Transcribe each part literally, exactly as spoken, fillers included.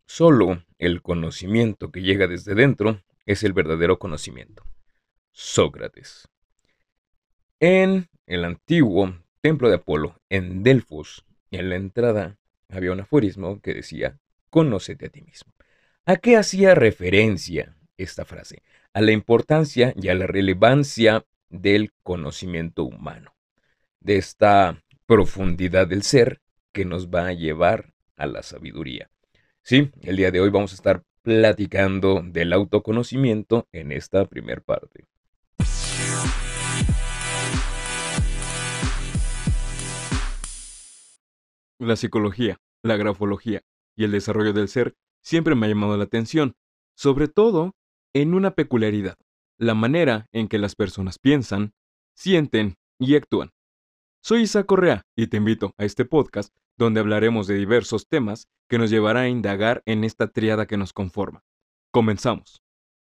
Solo el conocimiento que llega desde dentro es el verdadero conocimiento. Sócrates. En el antiguo templo de Apolo, en Delfos, en la entrada había un aforismo que decía, conócete a ti mismo. ¿A qué hacía referencia esta frase? A la importancia y a la relevancia del conocimiento humano, de esta profundidad del ser que nos va a llevar a la sabiduría. Sí, el día de hoy vamos a estar platicando del autoconocimiento en esta primer parte. La psicología, la grafología y el desarrollo del ser siempre me ha llamado la atención, sobre todo en una peculiaridad, la manera en que las personas piensan, sienten y actúan. Soy Isaac Correa y te invito a este podcast donde hablaremos de diversos temas que nos llevará a indagar en esta tríada que nos conforma. Comenzamos.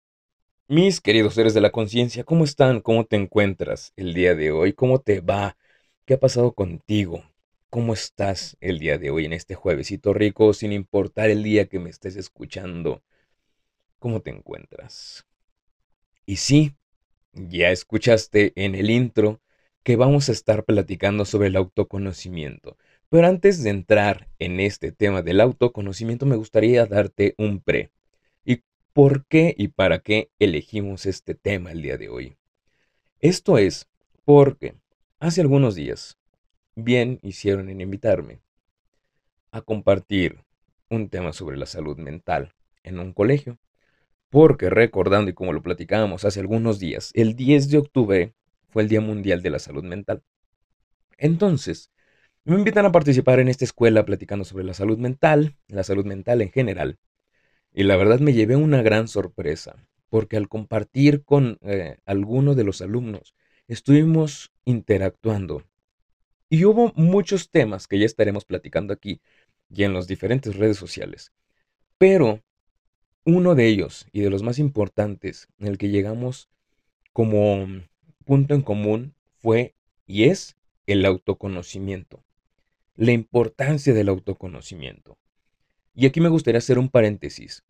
Mis queridos seres de la conciencia, ¿cómo están? ¿Cómo te encuentras el día de hoy? ¿Cómo te va? ¿Qué ha pasado contigo? ¿Cómo estás el día de hoy en este juevesito rico, sin importar el día que me estés escuchando? ¿Cómo te encuentras? Y sí, ya escuchaste en el intro que vamos a estar platicando sobre el autoconocimiento. Pero antes de entrar en este tema del autoconocimiento, me gustaría darte un pre. ¿Y por qué y para qué elegimos este tema el día de hoy? Esto es porque hace algunos días bien hicieron en invitarme a compartir un tema sobre la salud mental en un colegio. Porque recordando y como lo platicábamos hace algunos días, el diez de octubre fue el Día Mundial de la Salud Mental. Entonces, me invitan a participar en esta escuela platicando sobre la salud mental, la salud mental en general. Y la verdad me llevé una gran sorpresa, porque al compartir con eh, alguno de los alumnos, estuvimos interactuando. Y hubo muchos temas que ya estaremos platicando aquí y en las diferentes redes sociales. Pero uno de ellos, y de los más importantes, en el que llegamos como punto en común, fue y es el autoconocimiento, la importancia del autoconocimiento. Y aquí me gustaría hacer un paréntesis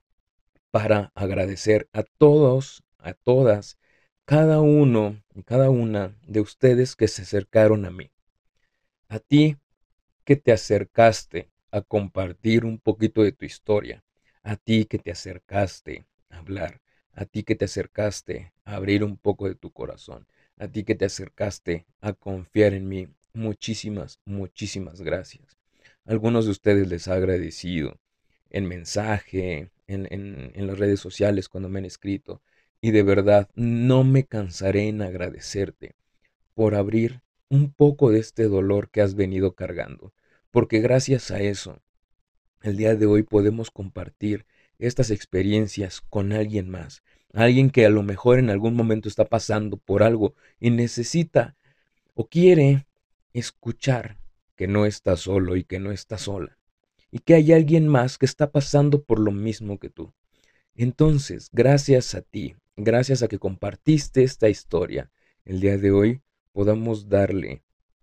para agradecer a todos, a todas, cada uno y cada una de ustedes que se acercaron a mí. A ti que te acercaste a compartir un poquito de tu historia, a ti que te acercaste a hablar, a ti que te acercaste a abrir un poco de tu corazón, a ti que te acercaste a confiar en mí. Muchísimas, muchísimas gracias. Algunos de ustedes les ha agradecido en mensaje, en, en, en las redes sociales cuando me han escrito. Y de verdad, no me cansaré en agradecerte por abrir un poco de este dolor que has venido cargando, porque gracias a eso, el día de hoy podemos compartir estas experiencias con alguien más, alguien que a lo mejor en algún momento está pasando por algo y necesita o quiere escuchar que no está solo y que no está sola, y que hay alguien más que está pasando por lo mismo que tú. Entonces, gracias a ti, gracias a que compartiste esta historia, el día de hoy podamos darle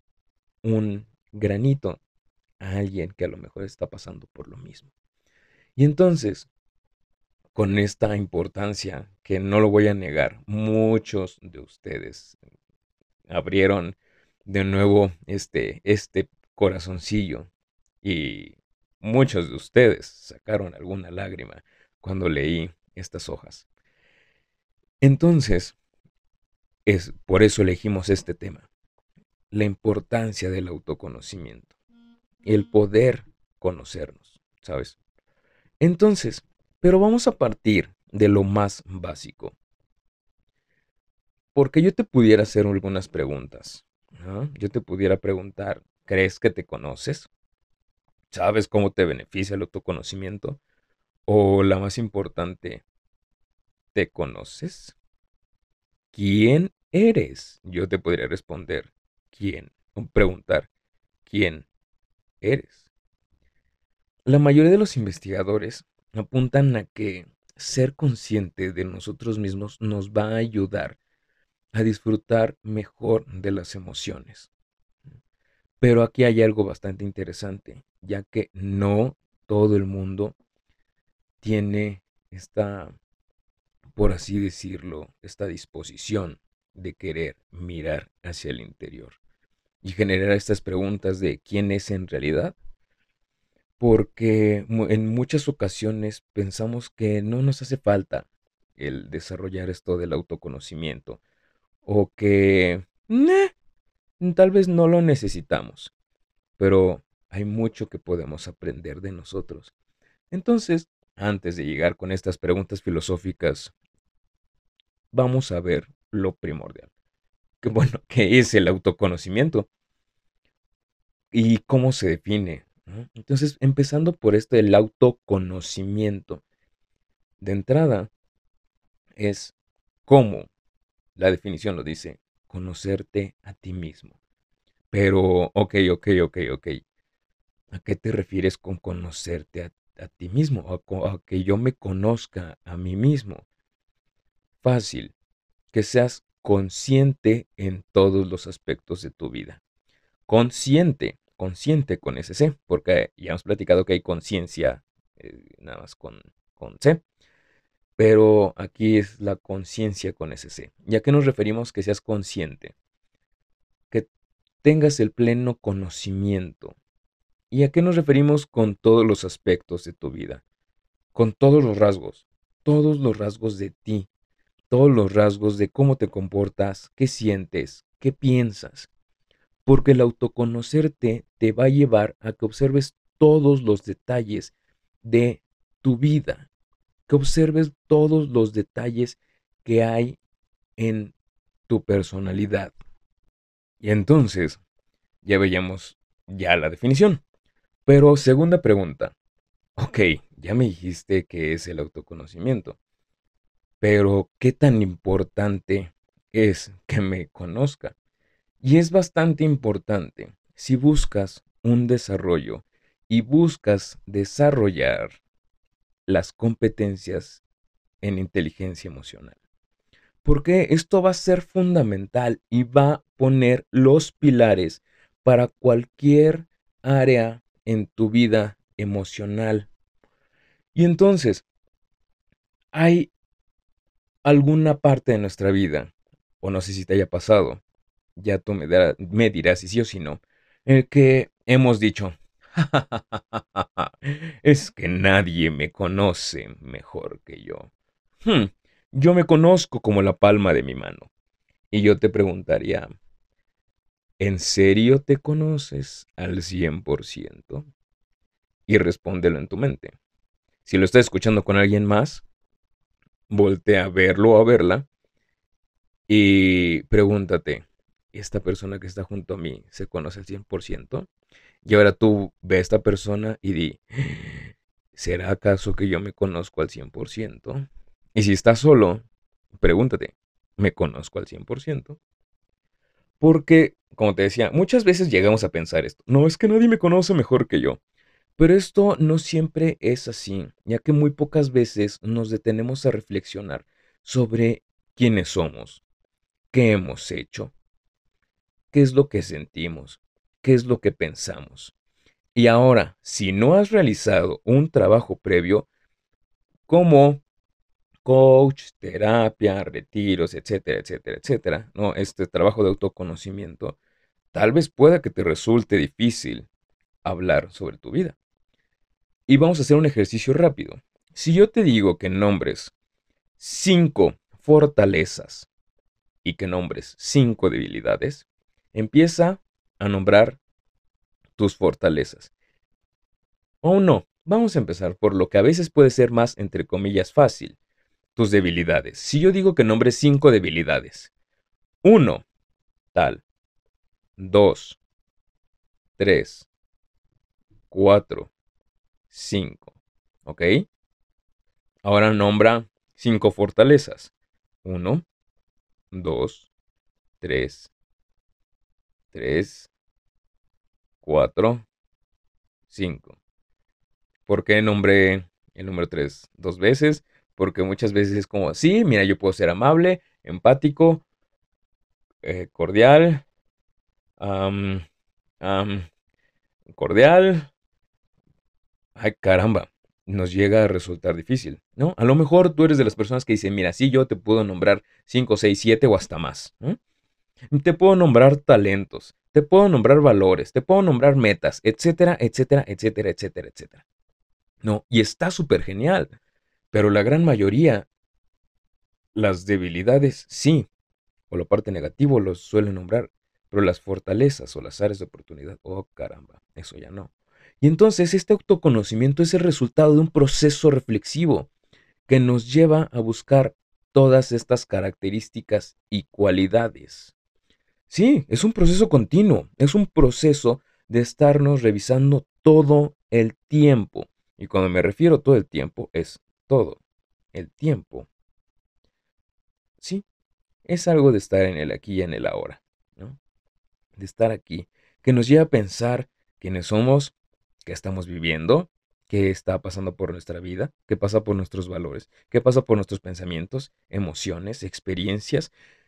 un granito a alguien que a lo mejor está pasando por lo mismo. Y entonces, con esta importancia, que no lo voy a negar, muchos de ustedes abrieron de nuevo este, este corazoncillo y muchos de ustedes sacaron alguna lágrima cuando leí estas hojas. Entonces, es por eso elegimos este tema, la importancia del autoconocimiento, el poder conocernos, ¿sabes? Entonces, pero vamos a partir de lo más básico, porque yo te pudiera hacer algunas preguntas, ¿no? Yo te pudiera preguntar, ¿crees que te conoces? ¿Sabes cómo te beneficia el autoconocimiento? O la más importante, ¿te conoces? ¿Quién eres? Yo te podría responder, ¿quién? O preguntar, ¿quién eres? La mayoría de los investigadores apuntan a que ser consciente de nosotros mismos nos va a ayudar a disfrutar mejor de las emociones. Pero aquí hay algo bastante interesante, ya que no todo el mundo tiene esta, por así decirlo, esta disposición de querer mirar hacia el interior y generar estas preguntas de quién es en realidad, porque mu- en muchas ocasiones pensamos que no nos hace falta el desarrollar esto del autoconocimiento o que "Neh, tal vez no lo necesitamos, pero hay mucho que podemos aprender de nosotros". Entonces, antes de llegar con estas preguntas filosóficas, vamos a ver lo primordial. Que bueno, ¿qué es el autoconocimiento y cómo se define? ¿No? Entonces, empezando por este, el autoconocimiento. De entrada, es cómo, la definición lo dice, conocerte a ti mismo. Pero, ok, ok, ok, ok. ¿A qué te refieres con conocerte a, a ti mismo? A, co- a que yo me conozca a mí mismo. Fácil, que seas consciente en todos los aspectos de tu vida. Consciente, consciente con ese C, porque ya hemos platicado que hay conciencia eh, nada más con, con C, pero aquí es la conciencia con ese C. ¿Y a qué nos referimos que seas consciente? Que tengas el pleno conocimiento. ¿Y a qué nos referimos con todos los aspectos de tu vida? Con todos los rasgos, todos los rasgos de ti, todos los rasgos de cómo te comportas, qué sientes, qué piensas. Porque el autoconocerte te va a llevar a que observes todos los detalles de tu vida, que observes todos los detalles que hay en tu personalidad. Y entonces, ya veíamos ya la definición. Pero segunda pregunta. Ok, ya me dijiste que es el autoconocimiento, pero ¿qué tan importante es que me conozca? Y es bastante importante si buscas un desarrollo y buscas desarrollar las competencias en inteligencia emocional. Porque esto va a ser fundamental y va a poner los pilares para cualquier área en tu vida emocional. Y entonces, hay alguna parte de nuestra vida, o no sé si te haya pasado, ya tú me, da- me dirás si sí o si no, en el que hemos dicho, es que nadie me conoce mejor que yo. Hmm, yo me conozco como la palma de mi mano. Y yo te preguntaría, ¿en serio te conoces al cien por ciento? Y respóndelo en tu mente. Si lo estás escuchando con alguien más, voltea a verlo o a verla y pregúntate, ¿esta persona que está junto a mí se conoce al cien por ciento? Y ahora tú ve a esta persona y di, ¿será acaso que yo me conozco al cien por ciento? Y si estás solo, pregúntate, ¿me conozco al cien por ciento? Porque, como te decía, muchas veces llegamos a pensar esto, no, es que nadie me conoce mejor que yo. Pero esto no siempre es así, ya que muy pocas veces nos detenemos a reflexionar sobre quiénes somos, qué hemos hecho, qué es lo que sentimos, qué es lo que pensamos. Y ahora, si no has realizado un trabajo previo como coach, terapia, retiros, etcétera, etcétera, etcétera, no, este trabajo de autoconocimiento, tal vez pueda que te resulte difícil hablar sobre tu vida. Y vamos a hacer un ejercicio rápido. Si yo te digo que nombres cinco fortalezas y que nombres cinco debilidades, empieza a nombrar tus fortalezas. O no, vamos a empezar por lo que a veces puede ser más, entre comillas, fácil, tus debilidades. Si yo digo que nombres cinco debilidades, uno, tal, dos, tres, cuatro, cinco, ¿ok? Ahora nombra cinco fortalezas. Uno, dos, tres, tres, cuatro, cinco. ¿Por qué nombré el número tres dos veces? Porque muchas veces es como, sí, mira, yo puedo ser amable, empático, eh, cordial, am, am, cordial. Ay, caramba. nos llega a resultar difícil, ¿no? A lo mejor tú eres de las personas que dicen, mira, sí, yo te puedo nombrar cinco, seis, siete o hasta más, ¿no? Te puedo nombrar talentos, te puedo nombrar valores, te puedo nombrar metas, etcétera, etcétera, etcétera, etcétera, etcétera. No, y está súper genial, pero la gran mayoría, las debilidades sí, o la parte negativa los suelen nombrar, pero las fortalezas o las áreas de oportunidad, oh caramba, eso ya no. Y entonces este autoconocimiento es el resultado de un proceso reflexivo que nos lleva a buscar todas estas características y cualidades. Sí, es un proceso continuo, es un proceso de estarnos revisando todo el tiempo. Y cuando me refiero todo el tiempo, es todo el tiempo. Sí, es algo de estar en el aquí y en el ahora, ¿no? De estar aquí, que nos lleva a pensar quiénes somos, qué estamos viviendo, qué está pasando por nuestra vida, qué pasa por nuestros valores, qué pasa por nuestros pensamientos, emociones, experiencias.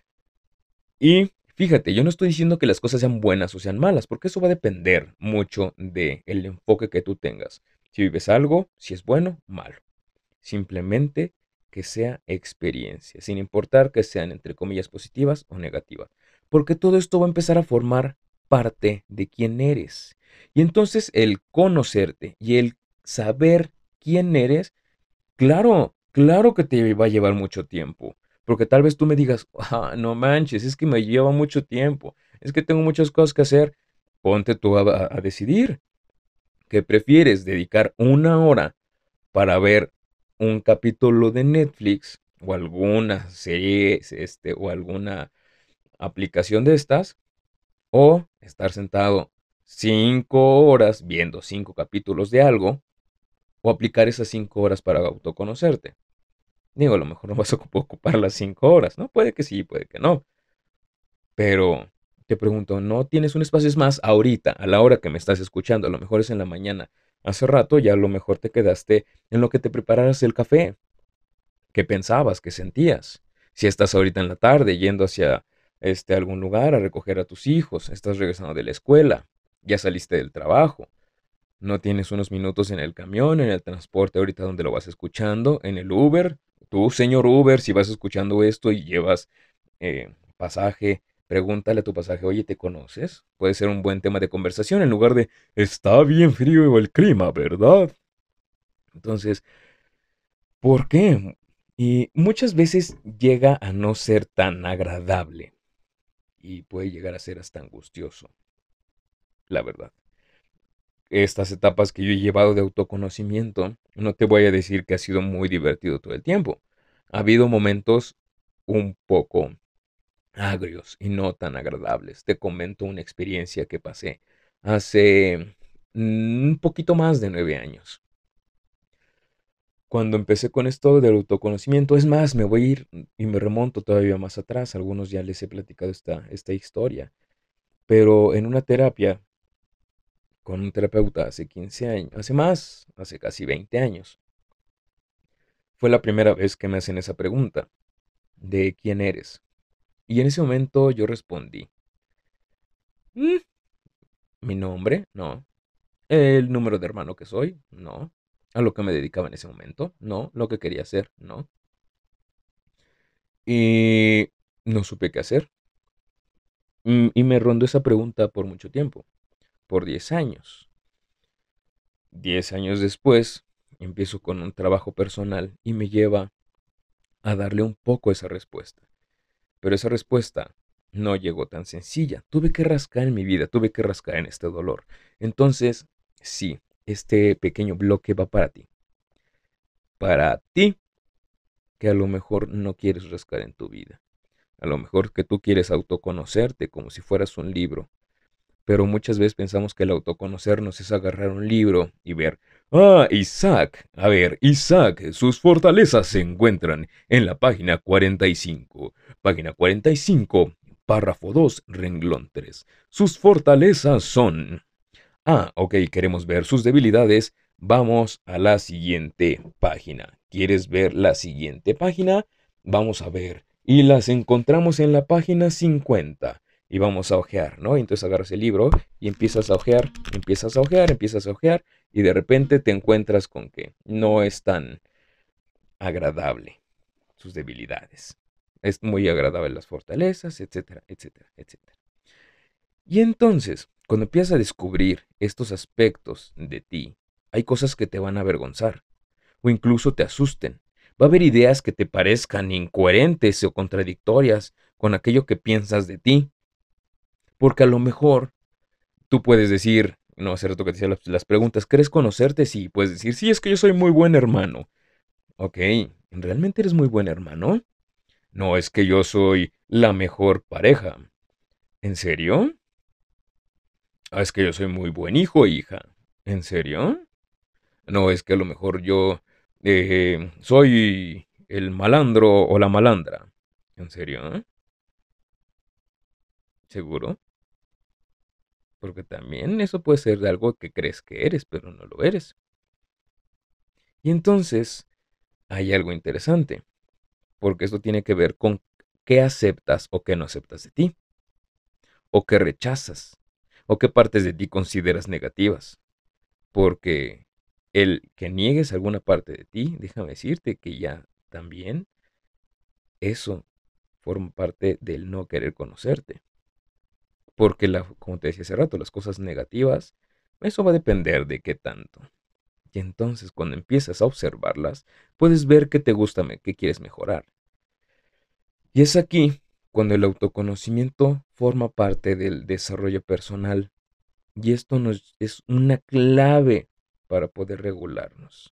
Y fíjate, yo no estoy diciendo que las cosas sean buenas o sean malas, porque eso va a depender mucho del enfoque que tú tengas. Si vives algo, si es bueno, malo. Simplemente que sea experiencia, sin importar que sean entre comillas positivas o negativas. Porque todo esto va a empezar a formar parte de quién eres. Y entonces el conocerte y el saber quién eres, claro, claro que te va a llevar mucho tiempo. Porque tal vez tú me digas, ah, no manches, es que me lleva mucho tiempo, es que tengo muchas cosas que hacer. Ponte tú a, a decidir que prefieres dedicar una hora para ver un capítulo de Netflix o alguna serie este, o alguna aplicación de estas, o estar sentado cinco horas viendo cinco capítulos de algo, o aplicar esas cinco horas para autoconocerte. Digo, a lo mejor no vas a ocupar las cinco horas, ¿no? Puede que sí, puede que no. Pero te pregunto, ¿no tienes un espacio? Es más ahorita, a la hora que me estás escuchando? A lo mejor es en la mañana. Hace rato ya a lo mejor te quedaste en lo que te prepararas el café. ¿Qué pensabas? ¿Qué sentías? Si estás ahorita en la tarde yendo hacia este, algún lugar a recoger a tus hijos, estás regresando de la escuela, ya saliste del trabajo, no tienes unos minutos en el camión, en el transporte ahorita donde lo vas escuchando, en el Uber, tú, señor Uber, si vas escuchando esto y llevas eh, pasaje, pregúntale a tu pasaje, oye, ¿te conoces? Puede ser un buen tema de conversación en lugar de, está bien frío el clima, ¿verdad? Entonces, ¿por qué? Y muchas veces llega a no ser tan agradable y puede llegar a ser hasta angustioso, la verdad. Estas etapas que yo he llevado de autoconocimiento, no te voy a decir que ha sido muy divertido todo el tiempo. Ha habido momentos un poco agrios y no tan agradables. Te comento una experiencia que pasé hace mm, un poquito más de nueve años. Cuando empecé con esto del autoconocimiento, es más, me voy a ir y me remonto todavía más atrás. Algunos ya les he platicado esta, esta historia. Pero en una terapia con un terapeuta hace quince años, hace más, hace casi veinte años, fue la primera vez que me hacen esa pregunta de quién eres. Y en ese momento yo respondí, "Mm, mi nombre, no. El número de hermano que soy, no. A lo que me dedicaba en ese momento, no. Lo que quería hacer, no. Y no supe qué hacer. Mm, Y me rondó esa pregunta por mucho tiempo, por diez años. Diez años después, empiezo con un trabajo personal y me lleva a darle un poco esa respuesta. Pero esa respuesta no llegó tan sencilla. Tuve que rascar en mi vida, tuve que rascar en este dolor. Entonces, sí, este pequeño bloque va para ti. Para ti, que a lo mejor no quieres rascar en tu vida. A lo mejor que tú quieres autoconocerte como si fueras un libro. Pero muchas veces pensamos que el autoconocernos es agarrar un libro y ver, ah, Isaac, a ver, Isaac, sus fortalezas se encuentran en la página cuarenta y cinco. Página cuarenta y cinco, párrafo dos, renglón tres. Sus fortalezas son... Ah, ok, queremos ver sus debilidades. Vamos a la siguiente página. ¿Quieres ver la siguiente página? Vamos a ver. Y las encontramos en la página cincuenta. Y vamos a ojear, ¿no? Entonces agarras el libro y empiezas a ojear, empiezas a ojear, empiezas a ojear. y de repente te encuentras con que no es tan agradable sus debilidades. Es muy agradable las fortalezas, etcétera, etcétera, etcétera. Y entonces, cuando empiezas a descubrir estos aspectos de ti, hay cosas que te van a avergonzar o incluso te asusten. Va a haber ideas que te parezcan incoherentes o contradictorias con aquello que piensas de ti, porque a lo mejor tú puedes decir, no, hace rato que te hacía las, las preguntas, ¿crees conocerte? Sí, puedes decir, sí, es que yo soy muy buen hermano. Ok, ¿realmente eres muy buen hermano? No, es que yo soy la mejor pareja. ¿En serio? Ah, es que yo soy muy buen hijo, hija. ¿En serio? No, es que a lo mejor yo eh, soy el malandro o la malandra. ¿En serio? ¿Seguro? Porque también eso puede ser de algo que crees que eres, pero no lo eres. Y entonces hay algo interesante, porque esto tiene que ver con qué aceptas o qué no aceptas de ti, o qué rechazas, o qué partes de ti consideras negativas. Porque el que niegues alguna parte de ti, déjame decirte que ya también eso forma parte del no querer conocerte. Porque, la, como te decía hace rato, las cosas negativas, eso va a depender de qué tanto. Y entonces cuando empiezas a observarlas, puedes ver qué te gusta, qué quieres mejorar. Y es aquí cuando el autoconocimiento forma parte del desarrollo personal. Y esto nos es una clave para poder regularnos.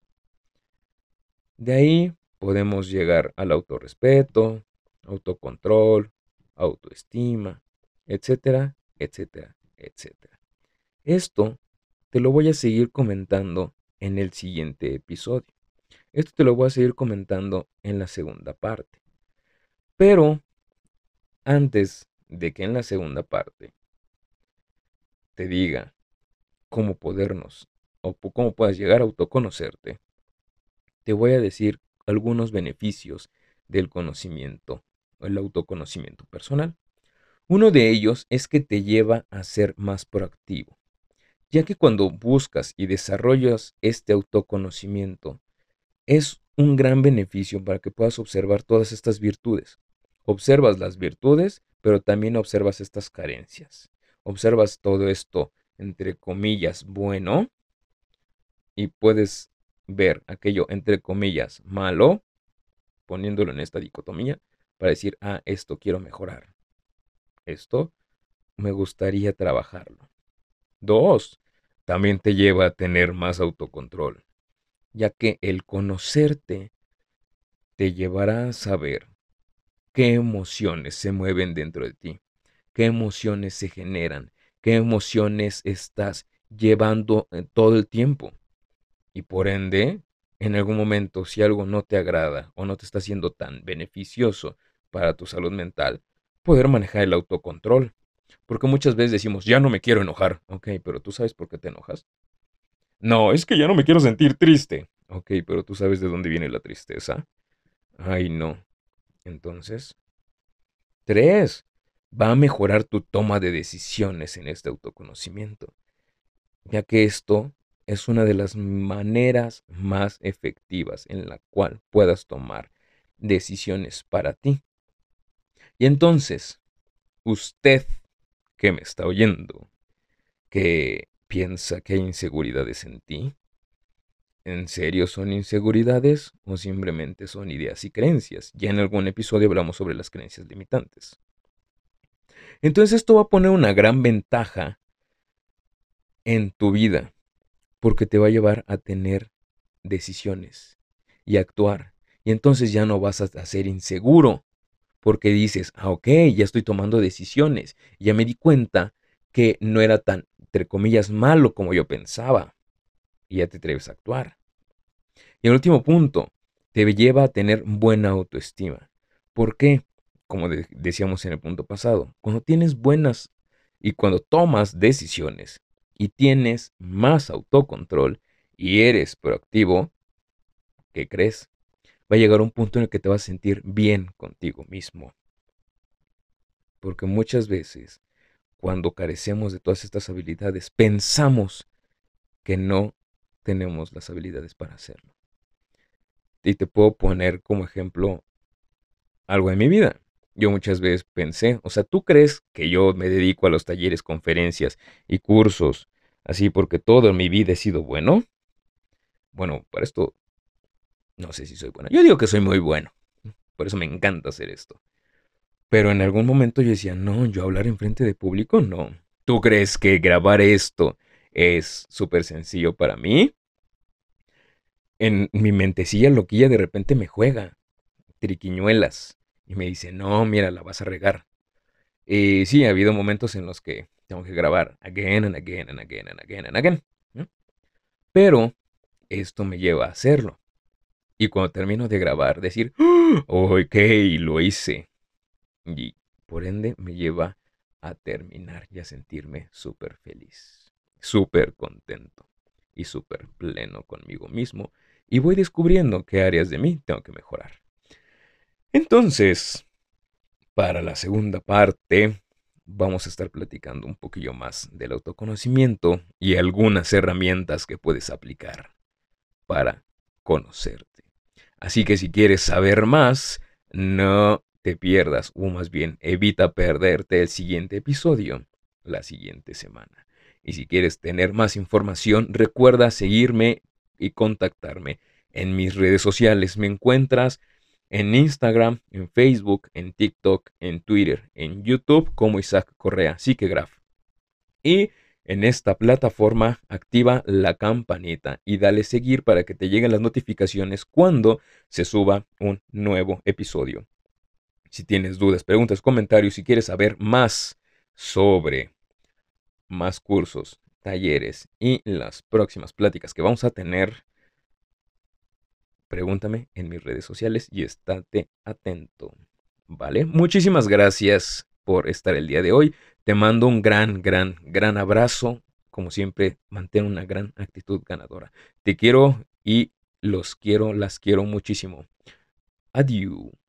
De ahí podemos llegar al autorrespeto, autocontrol, autoestima, etcétera, etcétera, etcétera. Esto te lo voy a seguir comentando en el siguiente episodio. Esto te lo voy a seguir comentando en la segunda parte. Pero antes de que en la segunda parte te diga cómo podernos o cómo puedas llegar a autoconocerte, te voy a decir algunos beneficios del conocimiento o el autoconocimiento personal. Uno de ellos es que te lleva a ser más proactivo, ya que cuando buscas y desarrollas este autoconocimiento, es un gran beneficio para que puedas observar todas estas virtudes. Observas las virtudes, pero también observas estas carencias. Observas todo esto, entre comillas, bueno, y puedes ver aquello, entre comillas, malo, poniéndolo en esta dicotomía, para decir, ah, esto quiero mejorar. Esto me gustaría trabajarlo. Dos, también te lleva a tener más autocontrol, ya que el conocerte te llevará a saber qué emociones se mueven dentro de ti, qué emociones se generan, qué emociones estás llevando todo el tiempo. Y por ende, en algún momento, si algo no te agrada o no te está siendo tan beneficioso para tu salud mental, poder manejar el autocontrol. Porque muchas veces decimos, ya no me quiero enojar. Ok, pero ¿tú sabes por qué te enojas? No, es que ya no me quiero sentir triste. Ok, pero ¿tú sabes de dónde viene la tristeza? Ay, no. Entonces, tres, va a mejorar tu toma de decisiones en este autoconocimiento, ya que esto es una de las maneras más efectivas en la cual puedas tomar decisiones para ti. Y entonces, usted que me está oyendo, que piensa que hay inseguridades en ti, ¿en serio son inseguridades o simplemente son ideas y creencias? Ya en algún episodio hablamos sobre las creencias limitantes. Entonces esto va a poner una gran ventaja en tu vida, porque te va a llevar a tener decisiones y actuar. Y entonces ya no vas a ser inseguro, porque dices, ah, ok, ya estoy tomando decisiones. Ya me di cuenta que no era tan, entre comillas, malo como yo pensaba. Y ya te atreves a actuar. Y el último punto, te lleva a tener buena autoestima. ¿Por qué? Como de- decíamos en el punto pasado, cuando tienes buenas y cuando tomas decisiones y tienes más autocontrol y eres proactivo, ¿qué crees? Va a llegar un punto en el que te vas a sentir bien contigo mismo. Porque muchas veces, cuando carecemos de todas estas habilidades, pensamos que no tenemos las habilidades para hacerlo. Y te puedo poner como ejemplo algo de mi vida. Yo muchas veces pensé, o sea, ¿tú crees que yo me dedico a los talleres, conferencias y cursos así porque todo en mi vida he sido bueno? Bueno, para esto no sé si soy bueno. Yo digo que soy muy bueno. Por eso me encanta hacer esto. Pero en algún momento yo decía, no, yo hablar enfrente de público, no. ¿Tú crees que grabar esto es súper sencillo para mí? En mi mentecilla loquilla de repente me juega triquiñuelas y me dice, no, mira, la vas a regar. Y sí, ha habido momentos en los que tengo que grabar again and again and again and again and again. ¿No? Pero esto me lleva a hacerlo. Y cuando termino de grabar, decir, oh, ok, lo hice. Y por ende me lleva a terminar y a sentirme súper feliz, súper contento y súper pleno conmigo mismo. Y voy descubriendo qué áreas de mí tengo que mejorar. Entonces, para la segunda parte, vamos a estar platicando un poquillo más del autoconocimiento y algunas herramientas que puedes aplicar para conocerte. Así que si quieres saber más, no te pierdas, o más bien evita perderte el siguiente episodio la siguiente semana. Y si quieres tener más información, recuerda seguirme y contactarme en mis redes sociales. Me encuentras en Instagram, en Facebook, en TikTok, en Twitter, en YouTube como Isaac Correa Psiquegraph. Y en esta plataforma activa la campanita y dale seguir para que te lleguen las notificaciones cuando se suba un nuevo episodio. Si tienes dudas, preguntas, comentarios, si quieres saber más sobre más cursos, talleres y las próximas pláticas que vamos a tener, pregúntame en mis redes sociales y estate atento. ¿Vale? Muchísimas gracias por estar el día de hoy. Te mando un gran, gran, gran abrazo. Como siempre, mantén una gran actitud ganadora. Te quiero y los quiero, las quiero muchísimo. Adiós.